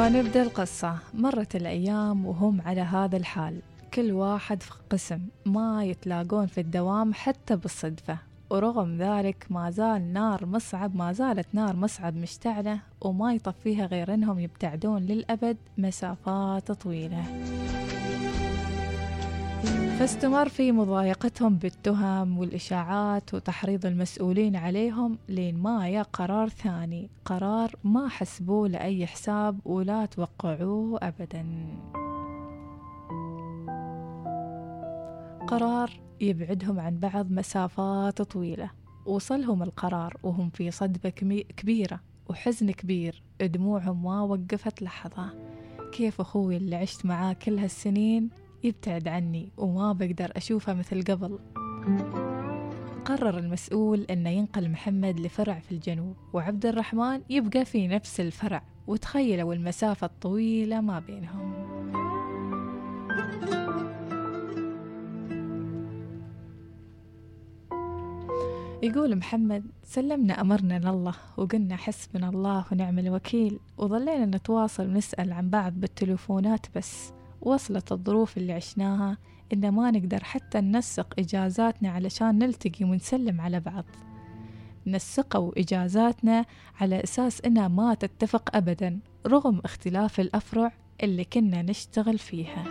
ونبدأ القصة. مرت الأيام وهم على هذا الحال، كل واحد في قسم، ما يتلاقون في الدوام حتى بالصدفة. ورغم ذلك ما زالت نار مصعب مشتعلة وما يطفيها غير أنهم يبتعدون للأبد مسافات طويلة. فاستمر في مضايقتهم بالتهم والإشاعات وتحريض المسؤولين عليهم، لين ما يا قرار ثاني، قرار ما حسبوه لأي حساب ولا توقعوه أبدا. قرار يبعدهم عن بعض مسافات طويلة. وصلهم القرار وهم في صدمة كبيرة وحزن كبير، دموعهم ما وقفت لحظة. كيف أخوي اللي عشت معاه كل هالسنين يبتعد عني وما بقدر أشوفه مثل قبل؟ قرر المسؤول أنه ينقل محمد لفرع في الجنوب وعبد الرحمن يبقى في نفس الفرع، وتخيلوا المسافة الطويلة ما بينهم. يقول محمد: سلمنا أمرنا لله وقلنا حسبنا الله ونعم الوكيل، وظلينا نتواصل ونسأل عن بعض بالتليفونات، بس وصلت الظروف اللي عشناها إن ما نقدر حتى ننسق إجازاتنا علشان نلتقي ونسلم على بعض. نسقوا إجازاتنا على أساس إنها ما تتفق أبدا رغم اختلاف الأفرع اللي كنا نشتغل فيها.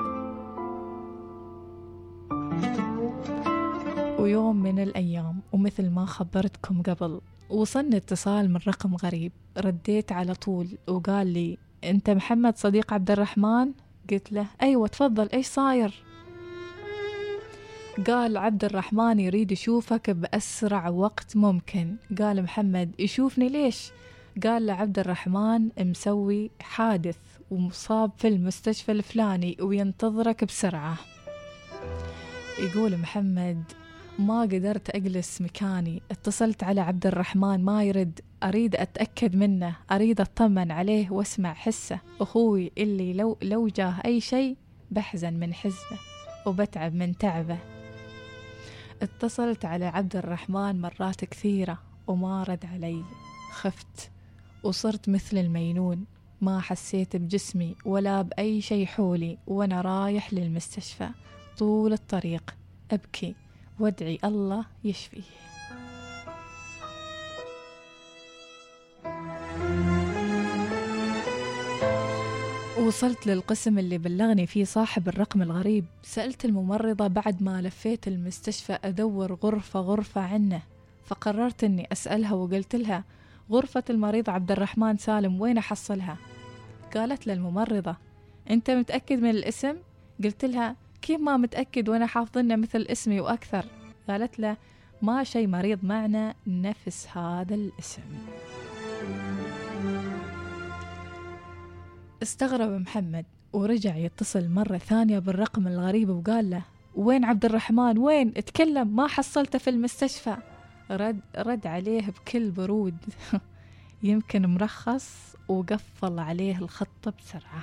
ويوم من الأيام، ومثل ما خبرتكم قبل، وصلني اتصال من رقم غريب. رديت على طول وقال لي: أنت محمد صديق عبد الرحمن؟ قلت له: أيوة تفضل، إيش صاير؟ قال: عبد الرحمن يريد يشوفك بأسرع وقت ممكن. قال محمد: يشوفني ليش؟ قال له عبد الرحمن مسوي حادث ومصاب في المستشفى الفلاني وينتظرك بسرعة. يقول محمد: ما قدرت أجلس مكاني، اتصلت على عبد الرحمن ما يرد، أريد أتأكد منه، أريد أطمن عليه واسمع حسه، أخوي اللي لو جاه أي شيء بحزن من حزنه وبتعب من تعبه. اتصلت على عبد الرحمن مرات كثيرة وما رد علي. خفت وصرت مثل المينون، ما حسيت بجسمي ولا بأي شيء حولي وأنا رايح للمستشفى. طول الطريق أبكي وادعي الله يشفيه. وصلت للقسم اللي بلغني فيه صاحب الرقم الغريب. سألت الممرضة بعد ما لفيت المستشفى أدور غرفة عنه، فقررت أني أسألها وقلت لها: غرفة المريض عبد الرحمن سالم وين أحصلها؟ قالت للممرضة: أنت متأكد من الاسم؟ قلت لها: كيف ما متأكد وأنا حافظنه مثل اسمي وأكثر؟ قالت له: ما شيء مريض معنا نفس هذا الاسم. استغرب محمد ورجع يتصل مرة ثانية بالرقم الغريب وقال له: وين عبد الرحمن؟ وين؟ اتكلم، ما حصلته في المستشفى. رد عليه بكل برود يمكن مرخص، وقفل عليه الخط بسرعة.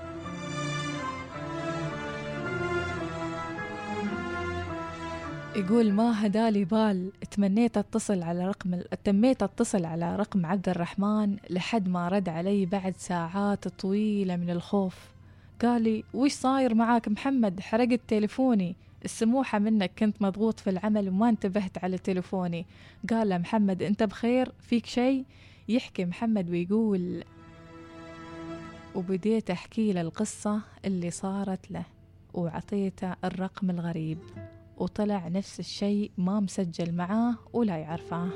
يقول: ما هدالي بال، تميت اتصل على رقم عبد الرحمن لحد ما رد علي بعد ساعات طويلة من الخوف. قال لي: وش صاير معاك محمد؟ حرقت تليفوني، السموحة منك، كنت مضغوط في العمل وما انتبهت على تليفوني. قال له محمد: انت بخير؟ فيك شيء؟ يحكي محمد ويقول: وبديت احكي له القصة اللي صارت له وعطيته الرقم الغريب، وطلع نفس الشيء ما مسجل معاه ولا يعرفه.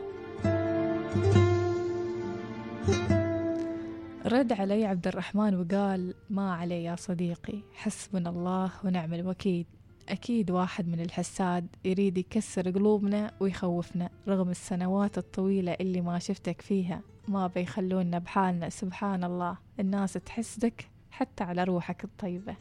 رد علي عبد الرحمن وقال: ما علي يا صديقي، حسبنا الله ونعم الوكيل. أكيد واحد من الحساد يريد يكسر قلوبنا ويخوفنا، رغم السنوات الطويلة اللي ما شفتك فيها ما بيخلونا بحالنا. سبحان الله، الناس تحسدك حتى على روحك الطيبة.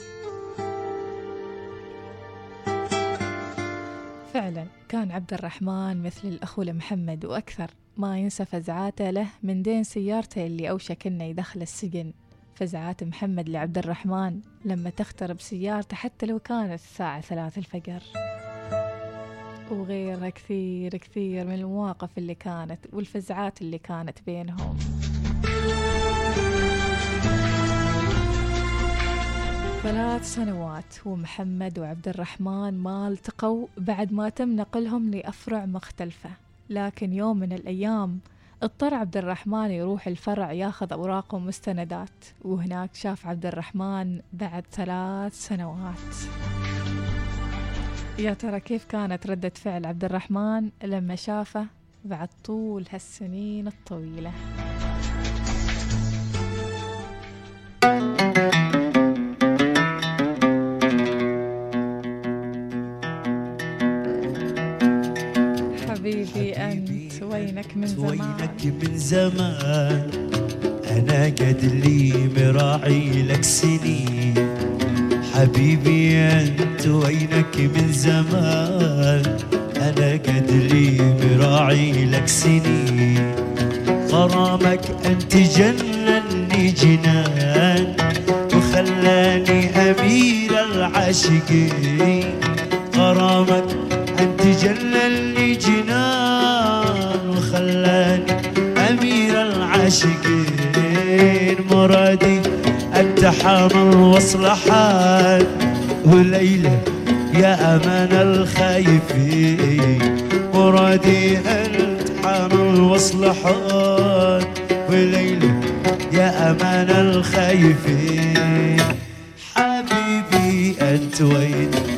فعلا كان عبد الرحمن مثل الأخو لمحمد وأكثر. ما ينسى فزعاته له من دين سيارته اللي أوشك إنه يدخل السجن. فزعات محمد لعبد الرحمن لما تخترب سيارته حتى لو كانت الساعة 3 الفجر. وغيرها كثير كثير من المواقف اللي كانت والفزعات اللي كانت بينهم. 3 سنوات ومحمد وعبد الرحمن ما التقوا بعد ما تم نقلهم لأفرع مختلفة، لكن يوم من الأيام اضطر عبد الرحمن يروح الفرع ياخذ أوراق ومستندات، وهناك شاف عبد الرحمن بعد 3 سنوات. يا ترى كيف كانت ردة فعل عبد الرحمن لما شافه بعد طول هالسنين الطويلة؟ حبيبي أنت وينك من زمان أنا قد لي مراعي لك سنين. حبيبي أنت وينك من زمان أنا قد لي مراعي لك سنين. غرامك أنت جنني جنان وخلاني أمير العاشقين. غرامك أنت جنني جنان وخلاني أمير العاشقين. مرادي أنت حامل وصلحان وليلة يا أمان الخايفين. مرادي أنت حامل وصلحان وليلة يا أمان الخايفين. حبيبي أنت وين